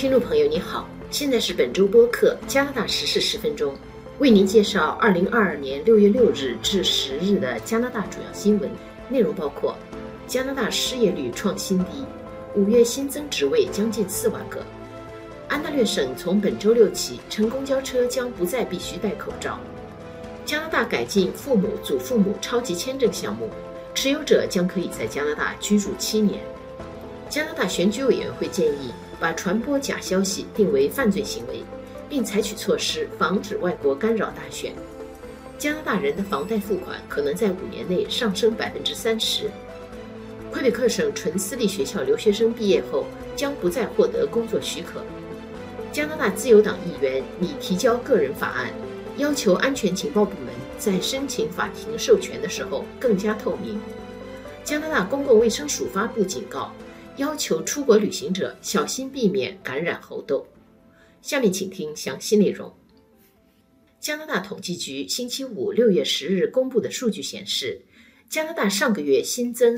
听众朋友你好，现在是本周播客加拿大时事10分钟，为您介绍2022年6月6日至10日的加拿大主要新闻。内容包括：加拿大失业率创新低，5月新增职位将近4万个；安大略省从本周6起，乘公交车将不再必须戴口罩；加拿大改进父母、祖父母超级签证项目，持有者将可以在加拿大居住7年；加拿大选举委员会建议把传播假消息定为犯罪行为，并采取措施防止外国干扰大选。加拿大人的房贷付款可能在5年内上升30%。魁北克省纯私立学校留学生毕业后将不再获得工作许可。加拿大自由党议员拟提交个人法案，要求安全情报部门在申请法庭授权的时候更加透明。加拿大公共卫生署发布警告，要求出国旅行者小心避免感染猴痘。下面请听详细内容。加拿大统计局星期五6月10日公布的数据显示，加拿大上个月新增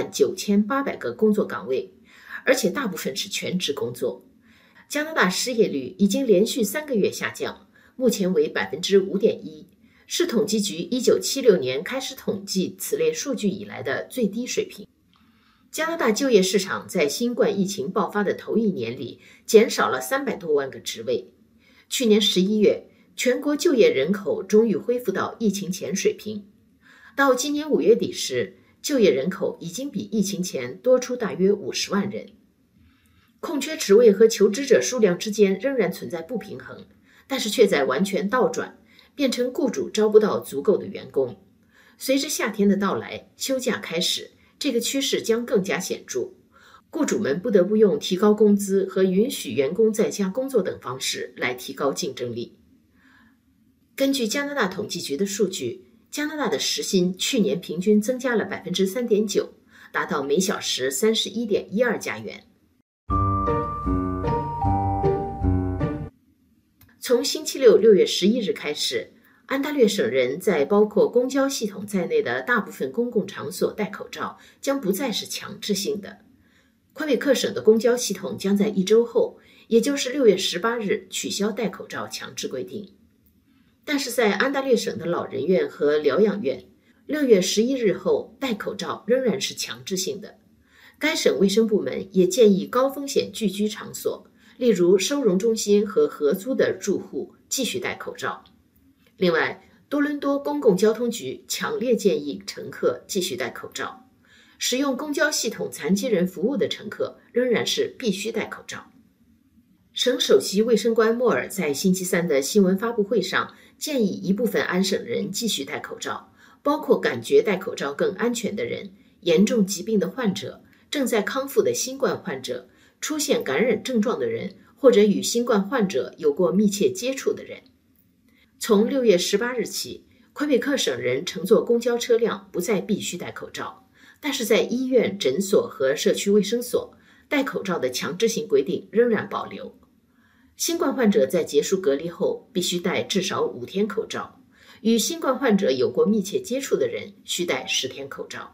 39800个工作岗位，而且大部分是全职工作。加拿大失业率已经连续3个月下降，目前为 5.1%， 是统计局1976年开始统计此类数据以来的最低水平。加拿大就业市场在新冠疫情爆发的头1年里减少了300多万个职位。去年11月，全国就业人口终于恢复到疫情前水平。到今年5月底时，就业人口已经比疫情前多出大约50万人。空缺职位和求职者数量之间仍然存在不平衡，但是却在完全倒转，变成雇主招不到足够的员工。随着夏天的到来，休假开始，这个趋势将更加显著，雇主们不得不用提高工资和允许员工在家工作等方式来提高竞争力。根据加拿大统计局的数据，加拿大的时薪去年平均增加了 3.9%， 达到每小时 31.12 加元。从星期六6月11日开始，安大略省人在包括公交系统在内的大部分公共场所戴口罩将不再是强制性的。魁北克省的公交系统将在1周后，也就是6月18日取消戴口罩强制规定。但是在安大略省的老人院和疗养院，6月11日后戴口罩仍然是强制性的。该省卫生部门也建议高风险聚居场所，例如收容中心和合租的住户继续戴口罩。另外，多伦多公共交通局强烈建议乘客继续戴口罩。使用公交系统残疾人服务的乘客仍然是必须戴口罩。省首席卫生官莫尔在星期三的新闻发布会上建议一部分安省人继续戴口罩，包括感觉戴口罩更安全的人、严重疾病的患者、正在康复的新冠患者、出现感染症状的人或者与新冠患者有过密切接触的人。从6月18日起，魁北克省人乘坐公交车辆不再必须戴口罩，但是在医院、诊所和社区卫生所，戴口罩的强制性规定仍然保留。新冠患者在结束隔离后必须戴至少5天口罩，与新冠患者有过密切接触的人需戴10天口罩。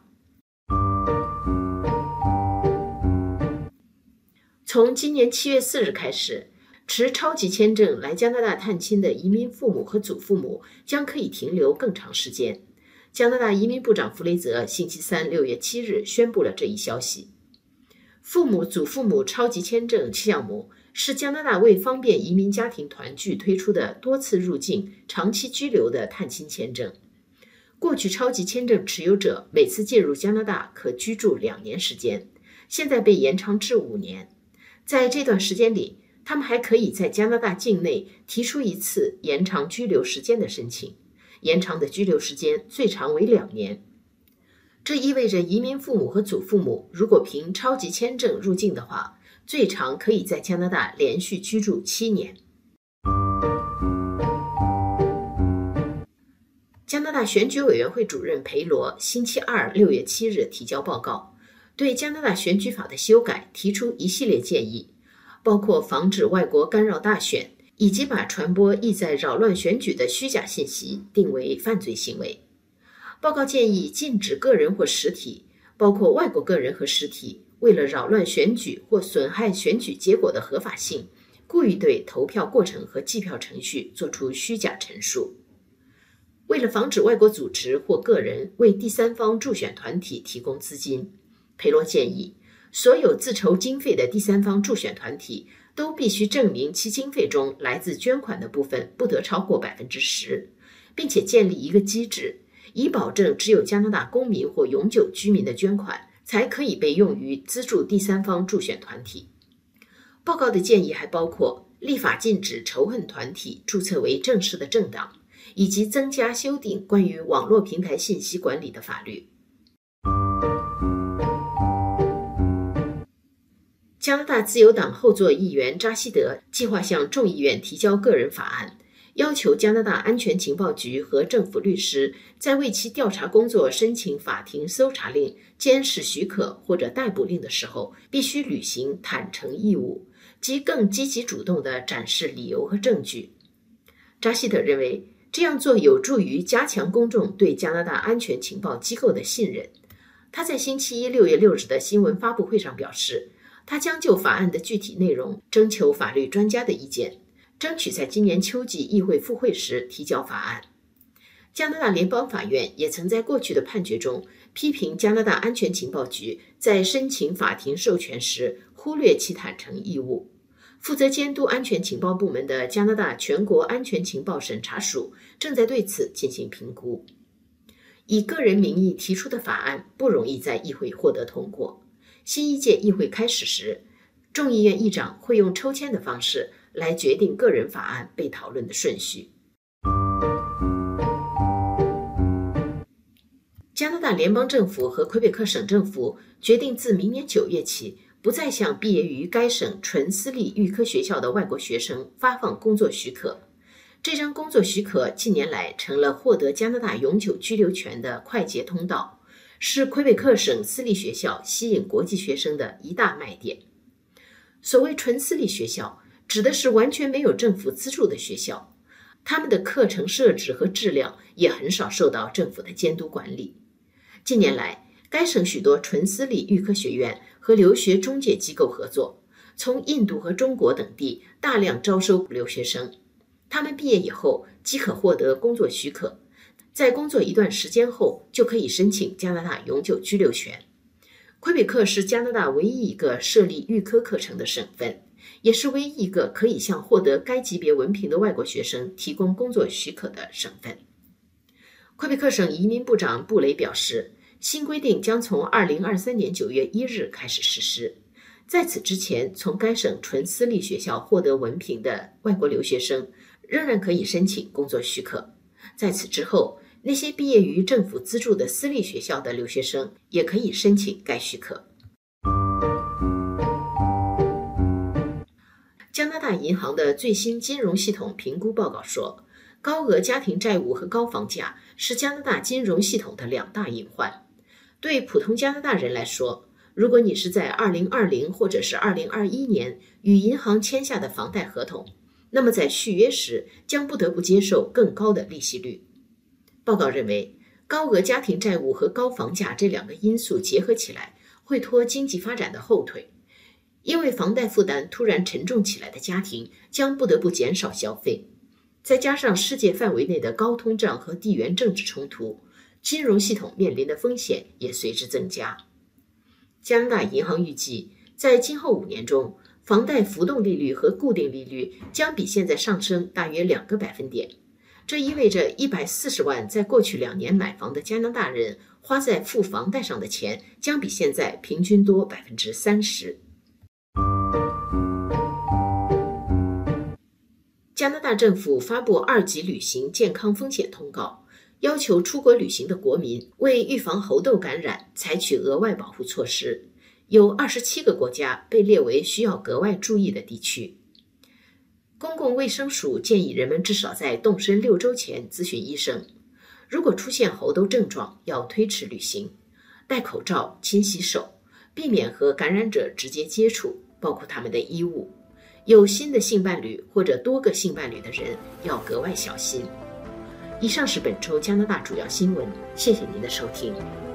从今年7月4日开始，持超级签证来加拿大探亲的移民父母和祖父母将可以停留更长时间。加拿大移民部长弗雷泽星期三6月7日宣布了这一消息。父母、祖父母超级签证项目是加拿大为方便移民家庭团聚推出的多次入境、长期居留的探亲签证。过去超级签证持有者每次进入加拿大可居住2年时间，现在被延长至5年。在这段时间里，他们还可以在加拿大境内提出一次延长居留时间的申请，延长的居留时间最长为2年。这意味着移民父母和祖父母如果凭超级签证入境的话，最长可以在加拿大连续居住7年。加拿大选举委员会主任裴罗星期二6月7日提交报告，对加拿大选举法的修改提出一系列建议，包括防止外国干扰大选，以及把传播意在扰乱选举的虚假信息定为犯罪行为。报告建议禁止个人或实体，包括外国个人和实体， 为了扰乱选举或损害选举结果的合法性，故意对投票过程和计票程序作出虚假陈述。为了防止外国组织或个人为第三方助选团体提供资金，佩洛建议所有自筹经费的第三方助选团体都必须证明其经费中来自捐款的部分不得超过 10%， 并且建立一个机制，以保证只有加拿大公民或永久居民的捐款才可以被用于资助第三方助选团体。报告的建议还包括立法禁止仇恨团体注册为正式的政党，以及增加修订关于网络平台信息管理的法律。加拿大自由党后座议员扎希德计划向众议院提交个人法案，要求加拿大安全情报局和政府律师在为其调查工作申请法庭搜查令、监视许可或者逮捕令的时候，必须履行坦诚义务，即更积极主动地展示理由和证据。扎希德认为，这样做有助于加强公众对加拿大安全情报机构的信任。他在星期一6月6日的新闻发布会上表示，他将就法案的具体内容征求法律专家的意见，争取在今年秋季议会复会时提交法案。加拿大联邦法院也曾在过去的判决中批评加拿大安全情报局在申请法庭授权时忽略其坦诚义务。负责监督安全情报部门的加拿大全国安全情报审查署正在对此进行评估。以个人名义提出的法案不容易在议会获得通过。新一届议会开始时，众议院议长会用抽签的方式来决定个人法案被讨论的顺序。加拿大联邦政府和魁北克省政府决定自明年9月起，不再向毕业于该省纯私立预科学校的外国学生发放工作许可。这张工作许可近年来成了获得加拿大永久居留权的快捷通道，是魁北克省私立学校吸引国际学生的一大卖点。所谓纯私立学校，指的是完全没有政府资助的学校，他们的课程设置和质量也很少受到政府的监督管理。近年来，该省许多纯私立预科学院和留学中介机构合作，从印度和中国等地大量招收留学生。他们毕业以后即可获得工作许可，在工作一段时间后就可以申请加拿大永久居留权。魁北克是加拿大唯一一个设立预科课程的省份，也是唯一一个可以向获得该级别文凭的外国学生提供工作许可的省份。魁北克省移民部长布雷表示，新规定将从2023年9月1日开始实施。在此之前，从该省纯私立学校获得文凭的外国留学生仍然可以申请工作许可。在此之后，那些毕业于政府资助的私立学校的留学生也可以申请该许可。加拿大银行的最新金融系统评估报告说，高额家庭债务和高房价是加拿大金融系统的两大隐患。对普通加拿大人来说，如果你是在2020或者是2021年与银行签下的房贷合同，那么在续约时将不得不接受更高的利息率。报告认为，高额家庭债务和高房价这两个因素结合起来，会拖经济发展的后腿。因为房贷负担突然沉重起来的家庭将不得不减少消费，再加上世界范围内的高通胀和地缘政治冲突，金融系统面临的风险也随之增加。加拿大银行预计，在今后5年中，房贷浮动利率和固定利率将比现在上升大约2个百分点。这意味着140万在过去2年买房的加拿大人花在付房贷上的钱将比现在平均多30%。加拿大政府发布2级旅行健康风险通告，要求出国旅行的国民为预防猴痘感染采取额外保护措施。有27个国家被列为需要格外注意的地区。公共卫生署建议人们至少在动身6周前咨询医生。如果出现猴痘症状，要推迟旅行，戴口罩、勤洗手，避免和感染者直接接触，包括他们的衣物。有新的性伴侣或者多个性伴侣的人要格外小心。以上是本周加拿大主要新闻，谢谢您的收听。